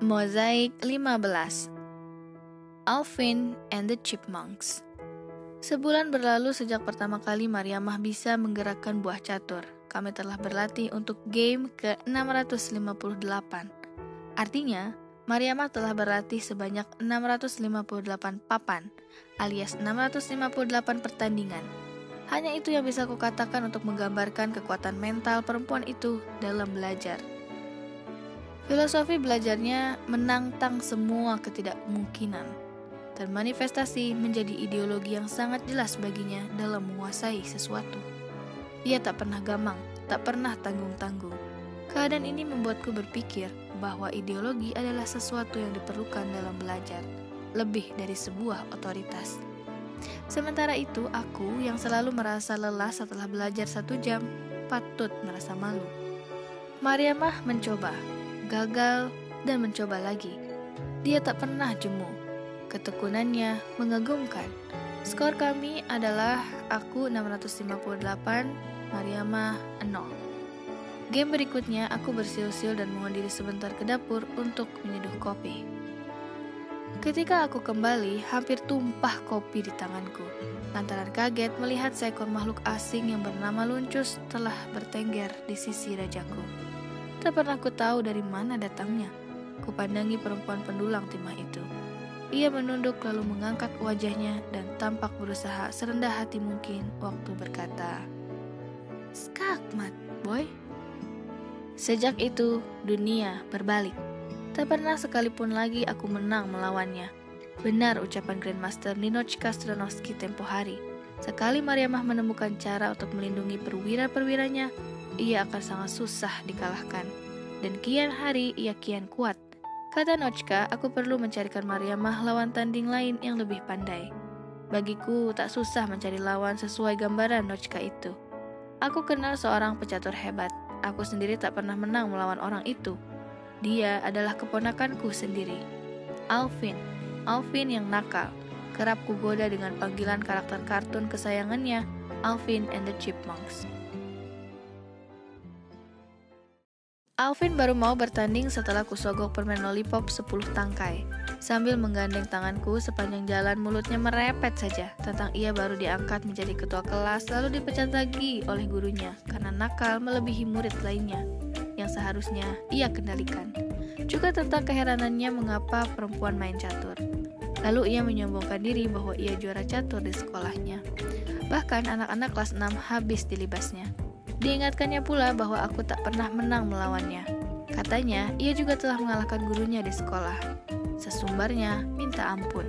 Mozaik 15. Alvin and the Chipmunks. Sebulan berlalu sejak pertama kali Mariamah bisa menggerakkan buah catur. Kami telah berlatih untuk game ke-658. Artinya, Mariamah telah berlatih sebanyak 658 papan, alias 658 pertandingan. Hanya itu yang bisa kukatakan untuk menggambarkan kekuatan mental perempuan itu dalam belajar. Filosofi belajarnya menantang semua ketidakmungkinan, termanifestasi menjadi ideologi yang sangat jelas baginya dalam menguasai sesuatu. Ia tak pernah gamang, tak pernah tanggung-tanggung. Keadaan ini membuatku berpikir bahwa ideologi adalah sesuatu yang diperlukan dalam belajar, lebih dari sebuah otoritas. Sementara itu, aku yang selalu merasa lelah setelah belajar 1 jam, patut merasa malu. Mariamah mencoba, gagal, dan mencoba lagi. Dia tak pernah jemu. Ketekunannya mengagumkan. Skor kami adalah aku 658, Mariamah 0. Game berikutnya aku bersiul-siul dan mohon diri sebentar ke dapur untuk menyeduh kopi. Ketika aku kembali, hampir tumpah kopi di tanganku. Lantaran kaget melihat seekor makhluk asing yang bernama Luncus telah bertengger di sisi rajaku. Tak pernah ku tahu dari mana datangnya. Kupandangi perempuan pendulang timah itu. Ia menunduk lalu mengangkat wajahnya dan tampak berusaha serendah hati mungkin waktu berkata, "Skakmat, boy." Sejak itu, dunia berbalik. Tak pernah sekalipun lagi aku menang melawannya. Benar ucapan Grandmaster Ninochka Stranovski tempo hari. Sekali Mariamah menemukan cara untuk melindungi perwira-perwiranya, ia akan sangat susah dikalahkan. Dan kian hari ia kian kuat. Kata Nochka, aku perlu mencarikan Mariamah lawan tanding lain yang lebih pandai. Bagiku tak susah mencari lawan sesuai gambaran Nochka itu. Aku kenal seorang pecatur hebat. Aku sendiri tak pernah menang melawan orang itu. Dia adalah keponakanku sendiri, Alvin. Alvin yang nakal. Kerap kugoda dengan panggilan karakter kartun kesayangannya, Alvin and the Chipmunks. Alvin baru mau bertanding setelah kusogok permen lollipop 10 tangkai. Sambil menggandeng tanganku sepanjang jalan, mulutnya merepet saja tentang ia baru diangkat menjadi ketua kelas lalu dipecat lagi oleh gurunya karena nakal melebihi murid lainnya yang seharusnya ia kendalikan. Juga tentang keheranannya mengapa perempuan main catur. Lalu ia menyombongkan diri bahwa ia juara catur di sekolahnya. Bahkan anak-anak kelas 6 habis dilibasnya. Diingatkannya pula bahwa aku tak pernah menang melawannya. Katanya, ia juga telah mengalahkan gurunya di sekolah. Sesumbarnya minta ampun.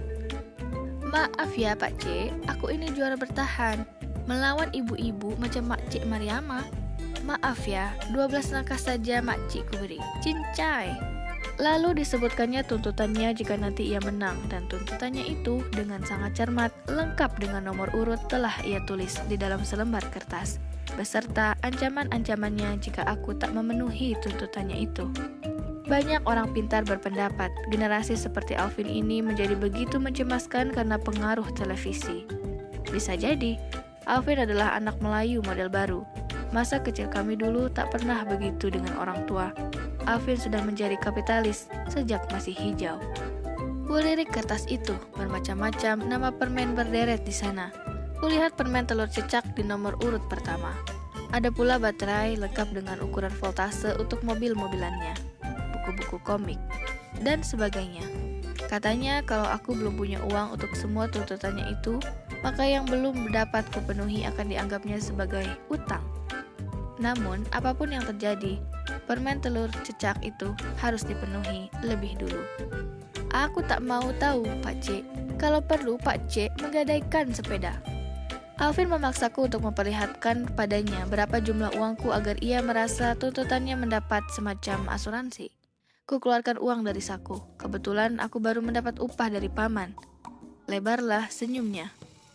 "Maaf ya Pak C, aku ini juara bertahan. Melawan ibu-ibu macam Mak Cik Mariamah. Maaf ya, 12 langkah saja Mak Cik kuberi. Cincai." Lalu disebutkannya tuntutannya jika nanti ia menang, dan tuntutannya itu dengan sangat cermat, lengkap dengan nomor urut telah ia tulis di dalam selembar kertas, beserta ancaman-ancamannya jika aku tak memenuhi tuntutannya itu. Banyak orang pintar berpendapat, generasi seperti Alvin ini menjadi begitu mencemaskan karena pengaruh televisi. Bisa jadi, Alvin adalah anak Melayu model baru. Masa kecil kami dulu tak pernah begitu dengan orang tua. Alvin sudah menjadi kapitalis sejak masih hijau. Kulirik kertas itu, bermacam-macam nama permen berderet di sana. Kulihat permen telur cecak di nomor urut pertama. Ada pula baterai lengkap dengan ukuran voltase untuk mobil-mobilannya, buku-buku komik, dan sebagainya. Katanya kalau aku belum punya uang untuk semua tuntutannya itu, maka yang belum dapat kupenuhi akan dianggapnya sebagai utang. Namun, apapun yang terjadi, permen telur cecak itu harus dipenuhi lebih dulu. Aku tak mau tahu, Pak C. Kalau perlu, Pak C menggadaikan sepeda. Alvin memaksaku untuk memperlihatkan padanya berapa jumlah uangku agar ia merasa tuntutannya mendapat semacam asuransi. Ku keluarkan uang dari saku. Kebetulan aku baru mendapat upah dari paman. Lebarlah senyumnya.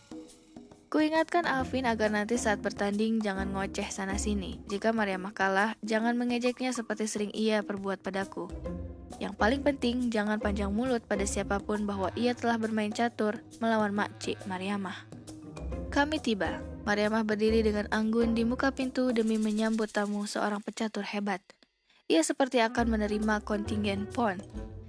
Kuingatkan Alvin agar nanti saat bertanding jangan ngoceh sana-sini. Jika Mariamah kalah, jangan mengejeknya seperti sering ia perbuat padaku. Yang paling penting, jangan panjang mulut pada siapapun bahwa ia telah bermain catur melawan Mak Cik Mariamah. Kami tiba. Mariamah berdiri dengan anggun di muka pintu demi menyambut tamu seorang pecatur hebat. Ia seperti akan menerima kontingen PON.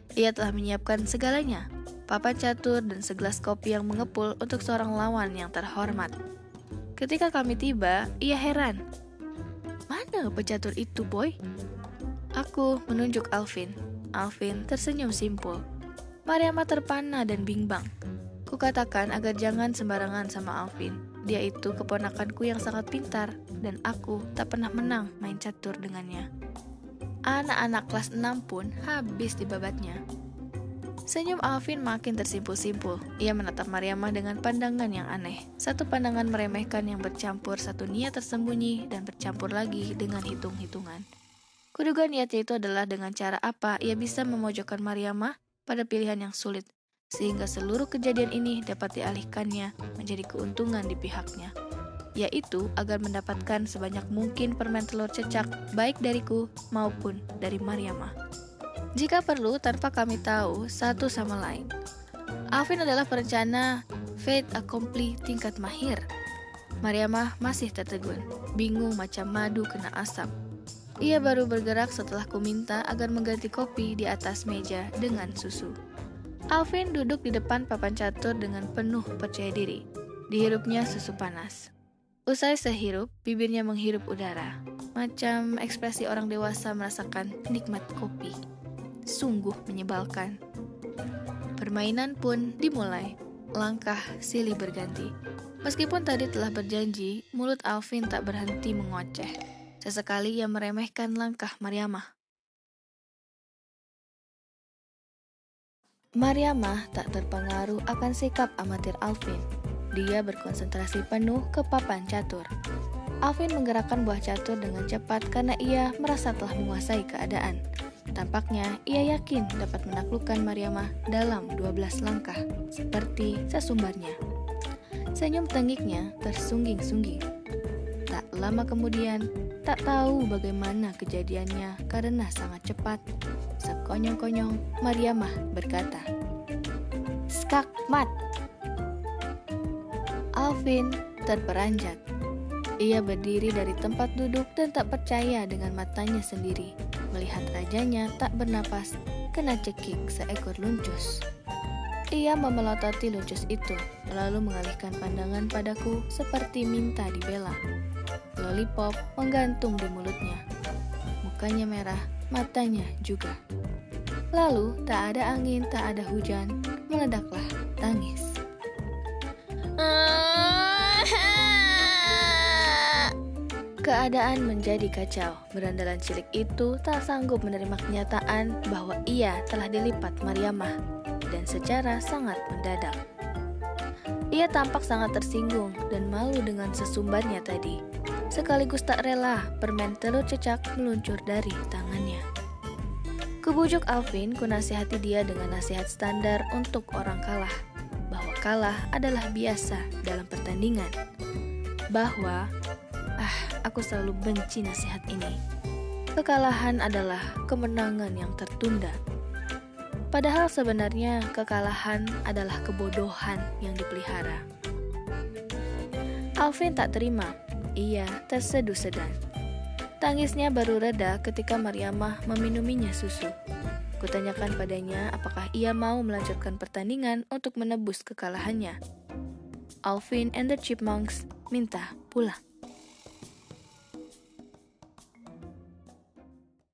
Ia telah menyiapkan segalanya, papan catur dan segelas kopi yang mengepul untuk seorang lawan yang terhormat. Ketika kami tiba, ia heran. "Mana pecatur itu, boy?" Aku menunjuk Alvin. Alvin tersenyum simpul. Mariama terpana dan bimbang. Kukatakan agar jangan sembarangan sama Alvin. Dia itu keponakanku yang sangat pintar, dan aku tak pernah menang main catur dengannya. Anak-anak kelas 6 pun habis dibabatnya. Senyum Alvin makin tersimpul-simpul. Ia menatap Mariamah dengan pandangan yang aneh. Satu pandangan meremehkan yang bercampur satu niat tersembunyi dan bercampur lagi dengan hitung-hitungan. Kuduga niatnya itu adalah dengan cara apa ia bisa memojokkan Mariamah pada pilihan yang sulit, sehingga seluruh kejadian ini dapat dialihkannya menjadi keuntungan di pihaknya, yaitu agar mendapatkan sebanyak mungkin permen telur cecak baik dariku maupun dari Mariamah. Jika perlu tanpa kami tahu satu sama lain. Alvin adalah perencana fait accompli tingkat mahir. Mariamah masih tertegun, bingung macam madu kena asap. Ia baru bergerak setelah ku minta agar mengganti kopi di atas meja dengan susu. Alvin duduk di depan papan catur dengan penuh percaya diri. Dihirupnya susu panas. Usai sehirup, bibirnya menghirup udara. Macam ekspresi orang dewasa merasakan nikmat kopi. Sungguh menyebalkan. Permainan pun dimulai. Langkah silih berganti. Meskipun tadi telah berjanji, mulut Alvin tak berhenti mengoceh. Sesekali ia meremehkan langkah Mariamah. Mariamah tak terpengaruh akan sikap amatir Alvin. Dia berkonsentrasi penuh ke papan catur. Alvin menggerakkan buah catur dengan cepat karena ia merasa telah menguasai keadaan. Tampaknya ia yakin dapat menaklukkan Mariamah dalam 12 langkah, seperti sesumbarnya. Senyum tengiknya tersungging-sungging. Tak lama kemudian, tak tahu bagaimana kejadiannya karena sangat cepat. Sekonyong-konyong, Mariamah berkata, "Skak mat." Alvin terperanjat. Ia berdiri dari tempat duduk dan tak percaya dengan matanya sendiri. Melihat rajanya tak bernapas, kena cekik seekor luncus. Ia memelototi luncus itu, lalu mengalihkan pandangan padaku seperti minta dibela. Lollipop menggantung di mulutnya. Mukanya merah, matanya juga. Lalu tak ada angin, tak ada hujan, meledaklah tangis. Keadaan menjadi kacau. Berandalan cilik itu tak sanggup menerima kenyataan bahwa ia telah dilipat Mariamah, dan secara sangat mendadak. Ia tampak sangat tersinggung dan malu dengan sesumbarnya tadi. Sekaligus tak rela permen telur cecak meluncur dari tangannya. Kubujuk Alvin, kunasihati dia dengan nasihat standar untuk orang kalah, bahwa kalah adalah biasa dalam pertandingan. Bahwa, aku selalu benci nasihat ini. Kekalahan adalah kemenangan yang tertunda. Padahal sebenarnya kekalahan adalah kebodohan yang dipelihara. Alvin tak terima. Ia terseduh-sedan. Tangisnya baru reda ketika Mariamah meminuminya susu. Kutanyakan padanya apakah ia mau melanjutkan pertandingan untuk menebus kekalahannya. Alvin and the Chipmunks minta pulang.